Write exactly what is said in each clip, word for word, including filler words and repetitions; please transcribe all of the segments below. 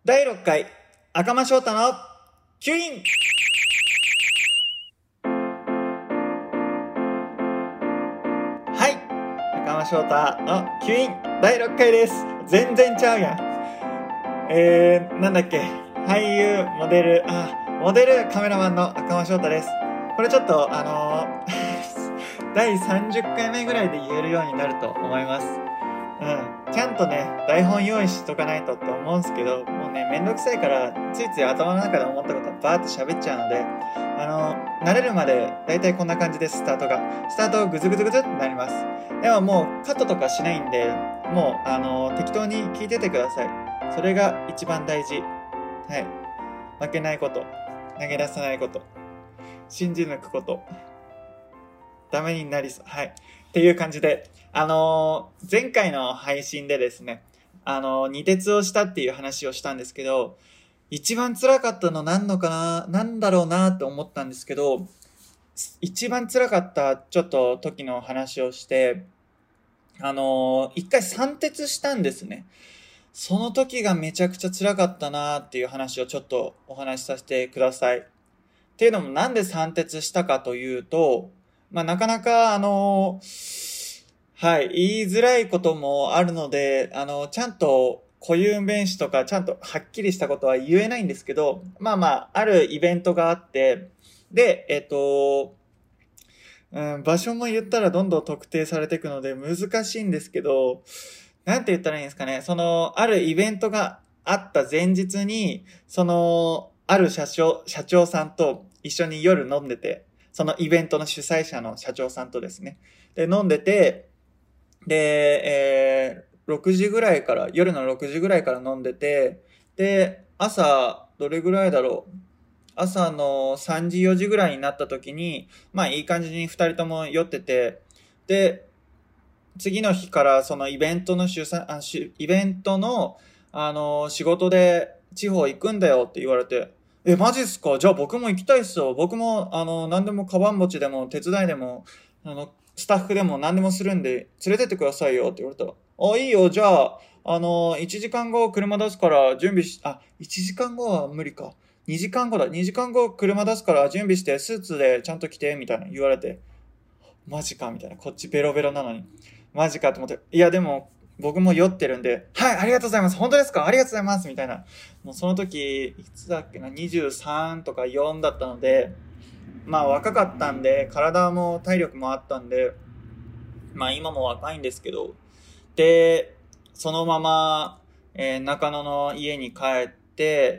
だいろっかい赤間翔太のキュイン。はい、赤間翔太のキュインだいろっかいです。全然ちゃうやん。えー、なんだっけ、俳優、モデル、あ、モデル、カメラマンの赤間翔太です。これちょっとあのー、だいさんじゅっかいめぐらいで言えるようになると思います。うん、ちゃんとね台本用意しとかないとって思うんすけど、もうねめんどくさいからついつい頭の中で思ったことバーって喋っちゃうので、あの慣れるまでだいたいこんな感じです。スタートがスタートグズグズグズってなります。でももうカットとかしないんで、もうあの適当に聞いててください。それが一番大事。はい、負けないこと、投げ出さないこと、信じ抜くこと、ダメになりそう。はい。っていう感じで、あのー、前回の配信でですね、あのー、二徹をしたっていう話をしたんですけど、一番辛かったのなんのかな、なんだろうなって思ったんですけど、一番辛かったちょっと時の話をして、あのー、一回三徹したんですね。その時がめちゃくちゃ辛かったなっていう話をちょっとお話しさせてください。っていうのもなんで三徹したかというと、まあなかなかあのはい、言いづらいこともあるので、あの、ちゃんと固有名詞とかちゃんとはっきりしたことは言えないんですけど、まあまあ、あるイベントがあって、で、えっと、うん、場所も言ったらどんどん特定されていくので難しいんですけど、なんて言ったらいいんですかね、その、あるイベントがあった前日に、その、ある社長、社長さんと一緒に夜飲んでて、そのイベントの主催者の社長さんとですね。で、飲んでて、で、えー、ろくじぐらいから、夜のろくじぐらいから飲んでて、で、朝、どれぐらいだろう。朝のさんじよじぐらいになった時に、まあいい感じに二人とも酔ってて、で、次の日からそのイベントの主催、あ、しイベントの、あの、仕事で地方行くんだよって言われて、え、マジっすか？じゃあ僕も行きたいっすよ。僕も、あの、何でもカバン持ちでも手伝いでも、あの、スタッフでも何でもするんで、連れてってくださいよって言われたら、あ、いいよ。じゃあ、あの、いちじかんご車出すから準備し、あ、いちじかんごは無理か。にじかんごだ。にじかんご車出すから準備してスーツでちゃんと着て、みたいな言われて、マジかみたいな。こっちベロベロなのに。マジかと思って。いやでも、僕も酔ってるんで、はい、ありがとうございます。本当ですか？ありがとうございます。みたいな。もうその時、いつだっけな、にじゅうさんとかよんだったので、まあ若かったんで、体も体力もあったんで、まあ今も若いんですけど、で、そのまま、えー中野の家に帰って、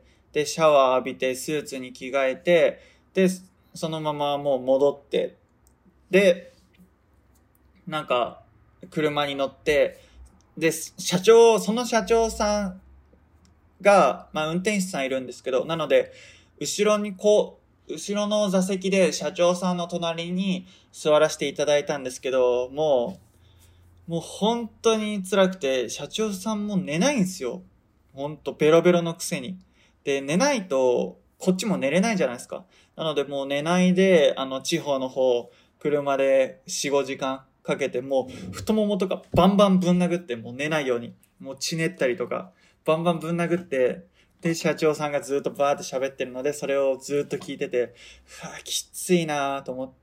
で、シャワー浴びて、スーツに着替えて、で、そのままもう戻って、で、なんか、車に乗って、で、社長、その社長さんが、まあ運転手さんいるんですけど、なので、後ろにこう、後ろの座席で社長さんの隣に座らせていただいたんですけど、もう、もう本当に辛くて、社長さんも寝ないんですよ。ほんと、ベロベロのくせに。で、寝ないと、こっちも寝れないじゃないですか。なのでもう寝ないで、あの、地方の方、車でよん、ごじかんかけて、もう、太ももとかバンバンぶん殴って、もう寝ないように、もう血練ったりとか、バンバンぶん殴って、で、社長さんがずっとバーって喋ってるので、それをずっと聞いてて、うわ、きついなと思って、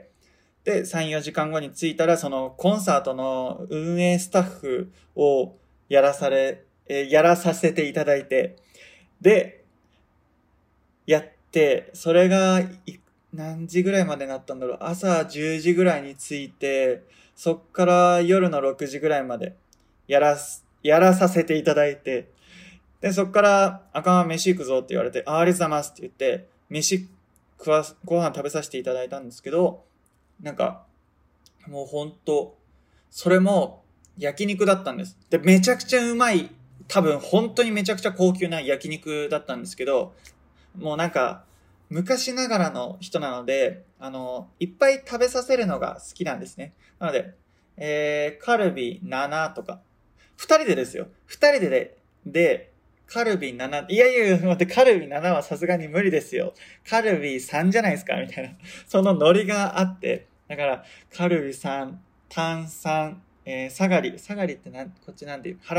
で、さん、よじかんごに着いたら、そのコンサートの運営スタッフをやらされ、えーやらさせていただいて、で、やって、それがい何時ぐらいまでなったんだろう。朝じゅうじぐらいに着いて、そっから夜のろくじぐらいまでやらす、やらさせていただいて、で、そっから赤間飯行くぞって言われて、あ、ありがとうございますって言って、飯食わす、ご飯食べさせていただいたんですけど、なんか、もうほんと、それも焼肉だったんです。で、めちゃくちゃうまい、多分本当にめちゃくちゃ高級な焼肉だったんですけど、もうなんか、昔ながらの人なので、あの、いっぱい食べさせるのが好きなんですね。なので、えー、カルビななとか、二人でですよ。二人でで、で、カルビなな、いやいやいや、待って、カルビななはさすがに無理ですよ。カルビさんじゃないですかみたいな。そのノリがあって、だから、カルビさん、タンさん、えー、サガリ、サガリってなん、こっちなんていう、ハラミ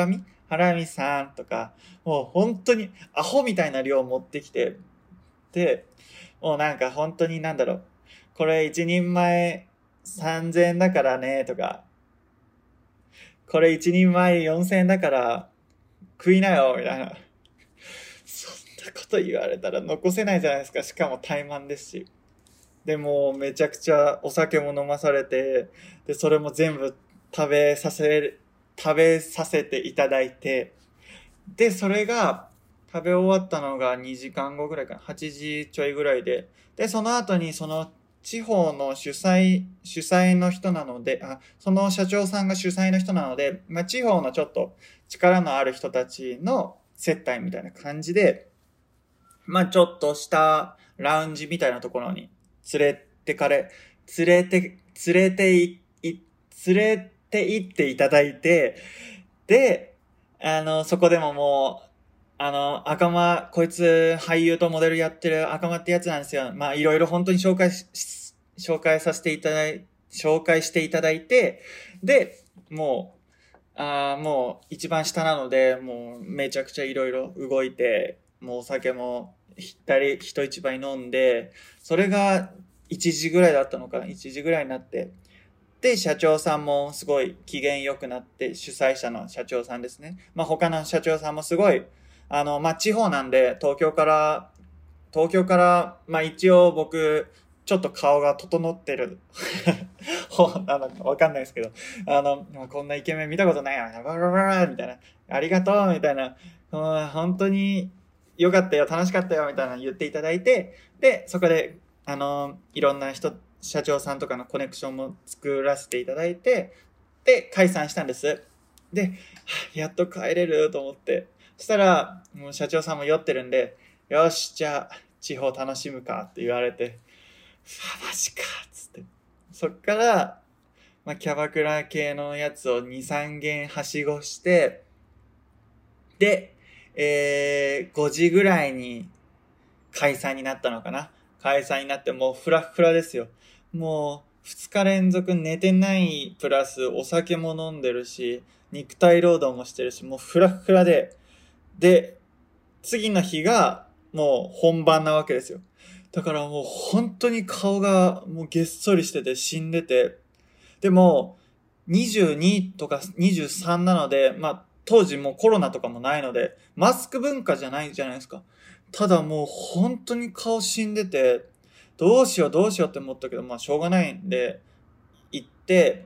ハラミさんとか、もう本当にアホみたいな量持ってきて、で、もうなんか本当になんだろう、これ一人前さんぜんえんだからね、とか、これ一人前よんせんえんだから食いなよ、みたいな。そんなこと言われたら残せないじゃないですか。しかも怠慢ですし。でもめちゃくちゃお酒も飲まされて、で、それも全部食べさせ、食べさせていただいて、で、それが食べ終わったのがにじかんごぐらいかな。はちじちょいぐらいで。で、その後にその地方の主催、主催の人なので、あ、その社長さんが主催の人なので、まあ、地方のちょっと力のある人たちの接待みたいな感じで、まあ、ちょっとしたラウンジみたいなところに連れてかれ、連れて、連れてい、い連れて行っていただいて、で、あの、そこでももう、あの、赤間、こいつ俳優とモデルやってる赤間ってやつなんですよ。まあ、いろいろ本当に紹介し、紹介させていただい、紹介していただいて、で、もう、あーもう一番下なので、もうめちゃくちゃいろいろ動いて、もうお酒もひったり人一杯飲んで、それがいちじぐらいだったのかな、いちじぐらいになって、で、社長さんもすごい機嫌良くなって、主催者の社長さんですね。まあ他の社長さんもすごい、あの、まあ地方なんで、東京から、東京から、まあ一応僕、ちょっと顔が整ってる。ほ、あの、わかんないですけど、あの、こんなイケメン見たことないよ、バラバラみたいな、ありがとうみたいな、うん本当に良かったよ、楽しかったよ、みたいな言っていただいて、で、そこで、あの、いろんな人、社長さんとかのコネクションも作らせていただいて、で、解散したんです。で、はあやっと帰れると思って。そしたら、もう社長さんも酔ってるんで、よし、じゃあ、地方楽しむかって言われて、あ、マジか、つって。そっから、まあ、キャバクラ系のやつをに、さん軒はしごして、で、えー、ごじぐらいに解散になったのかな。解散になってもうフラフラですよ。もうふつか連続寝てないプラスお酒も飲んでるし、肉体労働もしてるし、もうフラフラで、で、次の日がもう本番なわけですよ。だからもう本当に顔がもうげっそりしてて死んでて、でもにじゅうにとかにじゅうさんなので、まあ当時もうコロナとかもないので、マスク文化じゃないじゃないですか。ただもう本当に顔死んでて、どうしようどうしようって思ったけど、まあしょうがないんで、行って、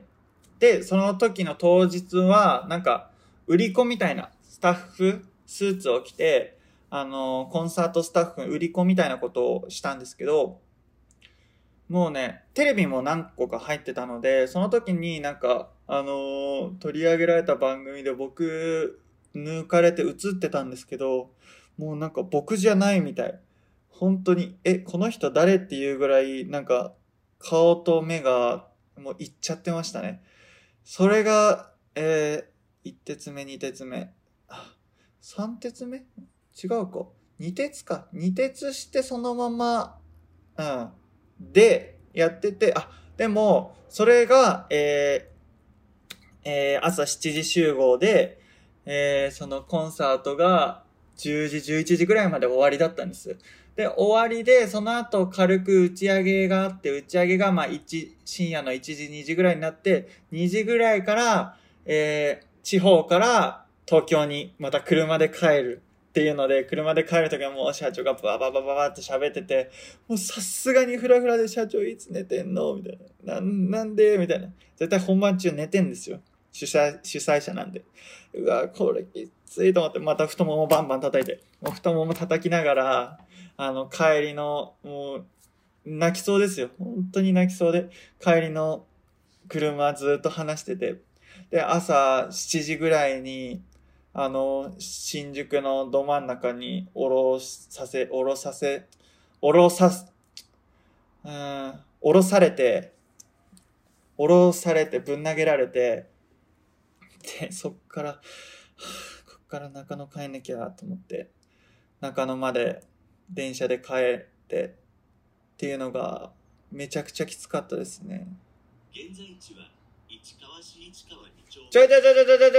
で、その時の当日は、なんか、売り子みたいなスタッフ、スーツを着て、あの、コンサートスタッフ、売り子みたいなことをしたんですけど、もうね、テレビも何個か入ってたので、その時になんか、あのー取り上げられた番組で僕、抜かれて映ってたんですけど、もうなんか僕じゃないみたい。本当に、え、この人誰っていうぐらい、なんか、顔と目が、もういっちゃってましたね。それが、えー、いち鉄目、に鉄目。あ、さん鉄目違うか。に鉄か。に鉄してそのまま、うん。で、やってて、あ、でも、それが、えー、えー、朝しちじ集合で、えー、そのコンサートがじゅうじ、じゅういちじぐらいまで終わりだったんです。で、終わりで、その後軽く打ち上げがあって、打ち上げがまあいち、深夜のいちじ、にじぐらいになって、にじぐらいから、えー、地方から東京にまた車で帰るっていうので、車で帰るときはもう社長がバババババって喋ってて、もうさすがにフラフラで社長いつ寝てんのみたいな。なん、なんでみたいな。絶対本番中寝てんですよ。主催、主催者なんで。うわ、これきついと思って、また太ももバンバン叩いて、もう太もも叩きながら、あの、帰りの、もう、泣きそうですよ。本当に泣きそうで、帰りの車ずっと話してて、で、朝しちじぐらいに、あの、新宿のど真ん中に降ろさせ、降ろさせ、降ろさす、うん、降ろされて、降ろされてぶん投げられて、で、そっから、はあこっから中野帰んなきゃと思って、中野まで電車で帰ってっていうのがめちゃくちゃきつかったですね。現在地はちょいちょいちょいちょいちょいちょいちょいちょいちょいちょいちょいちょいちょいちょいちょいちょいちょい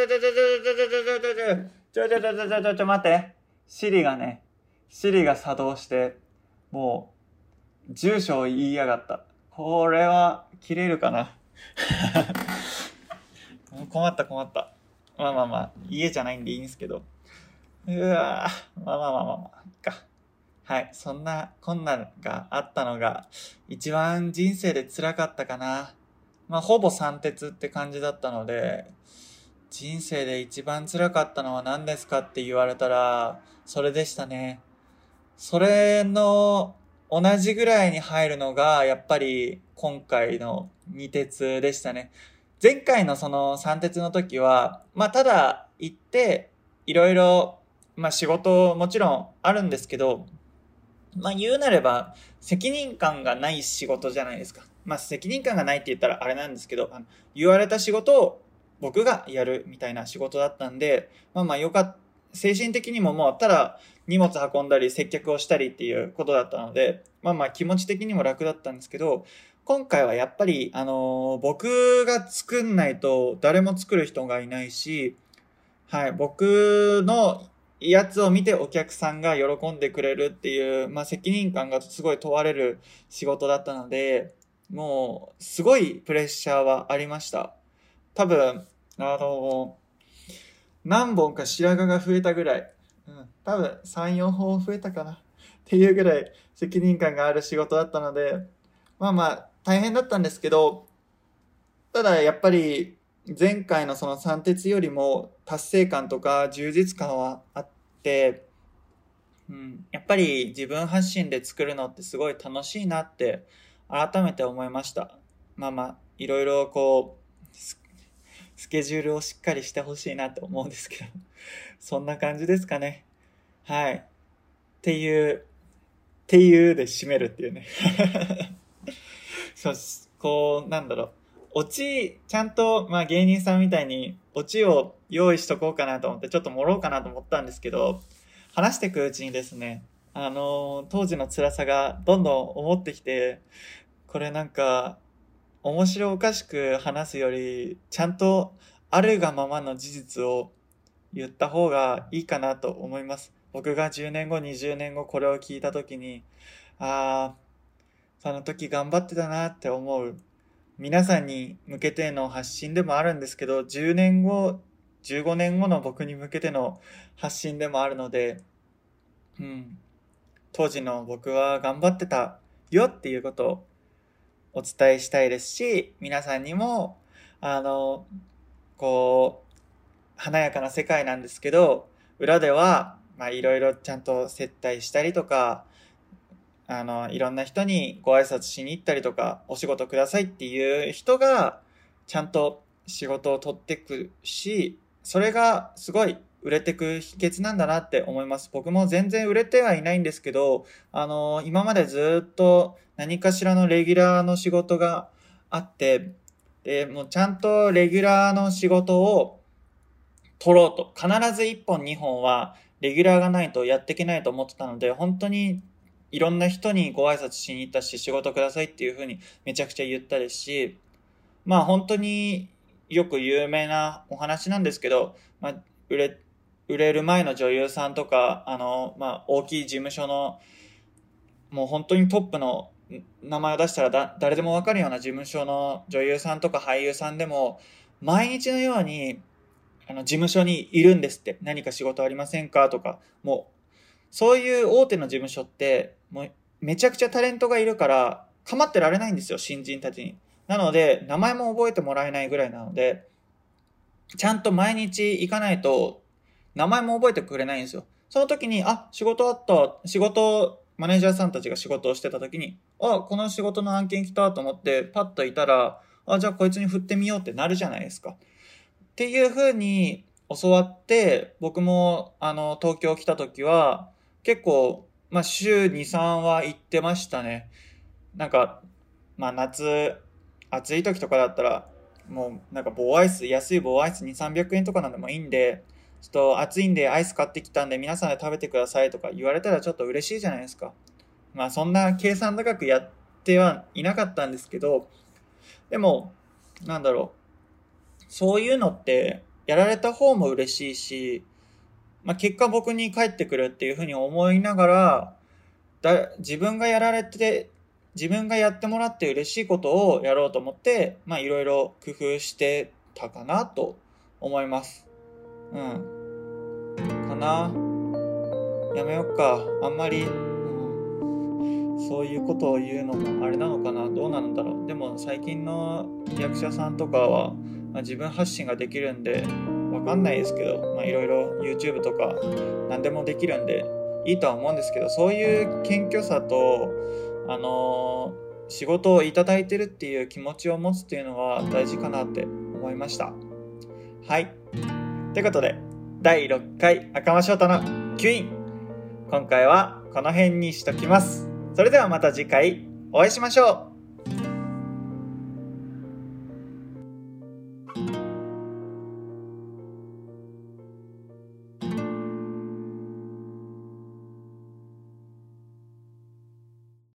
ちょいちょ待って。シリがね、シリが作動して、もう、住所を言いやがった。これは、切れるかな困った困った。まあまあまあ、家じゃないんでいいんですけど。うわぁ、まあまあまあまあまあ、いっか。はい、そんな困難があったのが、一番人生で辛かったかな。まあ、ほぼ三徹って感じだったので、人生で一番辛かったのは何ですかって言われたら、それでしたね。それの同じぐらいに入るのが、やっぱり今回の二徹でしたね。前回のその三徹の時は、まあただ行って、いろいろ、まあ仕事もちろんあるんですけど、まあ言うなれば責任感がない仕事じゃないですか。まあ責任感がないって言ったらあれなんですけど、あの言われた仕事を僕がやるみたいな仕事だったんで、まあまあよかった。精神的にももうただ荷物運んだり接客をしたりっていうことだったので、まあまあ気持ち的にも楽だったんですけど、今回はやっぱり、あのー僕が作んないと誰も作る人がいないし、はい、僕のやつを見てお客さんが喜んでくれるっていう、まあ責任感がすごい問われる仕事だったので、もう、すごいプレッシャーはありました。多分、あのー何本か白髪が増えたぐらい、うん、多分さん、よんほん増えたかなっていうぐらい責任感がある仕事だったので、まあまあ大変だったんですけど、ただやっぱり前回のその三鉄よりも達成感とか充実感はあって、うん、やっぱり自分発信で作るのってすごい楽しいなって改めて思いました。まあまあ、いろいろこう、ススケジュールをしっかりしてほしいなと思うんですけど、そんな感じですかね。はい。っていう、っていうで締めるっていうね。そう、こう、なんだろう。オチ、ちゃんと、まあ芸人さんみたいに、オチを用意しとこうかなと思って、ちょっと盛ろうかなと思ったんですけど、話していくうちにですね、あのー当時の辛さがどんどん思ってきて、これなんか、面白おかしく話すより、ちゃんとあるがままの事実を言った方がいいかなと思います。僕がじゅうねんご、にじゅうねんごこれを聞いたときに、ああ、その時頑張ってたなって思う。皆さんに向けての発信でもあるんですけど、じゅうねんご、じゅうごねんごの僕に向けての発信でもあるので、うん、当時の僕は頑張ってたよっていうことをお伝えしたいですし、皆さんにも、あの、こう、華やかな世界なんですけど、裏では、まあいろいろちゃんと接待したりとか、あの、いろんな人にご挨拶しに行ったりとか、お仕事くださいっていう人が、ちゃんと仕事を取ってくし、それがすごい売れてく秘訣なんだなって思います。僕も全然売れてはいないんですけど、あの、今までずっと何かしらのレギュラーの仕事があって、で、もうちゃんとレギュラーの仕事を取ろうと。必ずいっぽんにほんはレギュラーがないとやっていけないと思ってたので、本当にいろんな人にご挨拶しに行ったし、仕事くださいっていう風にめちゃくちゃ言ったですし、まあ本当によく有名なお話なんですけど、まあ売れ、売れる前の女優さんとか、あの、まあ大きい事務所の、もう本当にトップの名前を出したらだ誰でもわかるような事務所の女優さんとか俳優さんでも、毎日のようにあの事務所にいるんですって。何か仕事ありませんかとか、もうそういう大手の事務所って、もうめちゃくちゃタレントがいるから、構ってられないんですよ、新人たちに。なので、名前も覚えてもらえないぐらいなので、ちゃんと毎日行かないと、名前も覚えてくれないんですよ。その時に、あ、仕事あった、仕事、マネージャーさんたちが仕事をしてた時に、あ、この仕事の案件来たと思って、パッといたら、あ、じゃあこいつに振ってみようってなるじゃないですか。っていう風に教わって、僕も、あの、東京来た時は、結構、まあ、週に、さんは行ってましたね。なんか、まあ、夏、暑い時とかだったら、もう、なんか棒アイス、安い棒アイスに、さんびゃくえんとかなんでもいいんで、ちょっと暑いんでアイス買ってきたんで皆さんで食べてくださいとか言われたらちょっと嬉しいじゃないですか。まあ、そんな計算高くやってはいなかったんですけど、でも、 なんだろう。そういうのって、やられた方も嬉しいし、まあ、結果僕に返ってくるっていうふうに思いながら、だ自分がやられて、自分がやってもらって嬉しいことをやろうと思って、まあいろいろ工夫してたかなと思います。うん。かな。やめよっか。あんまり、うん、そういうことを言うのもあれなのかな。どうなんだろう。でも最近の役者さんとかは、まあ、自分発信ができるんで、わかんないですけど、まあいろいろ YouTube とか何でもできるんでいいとは思うんですけど、そういう謙虚さと、あのー仕事をいただいてるっていう気持ちを持つっていうのは大事かなって思いました。はい。ということで、だいろっかい赤間翔太のキュイン。今回はこの辺にしときます。それではまた次回お会いしましょう。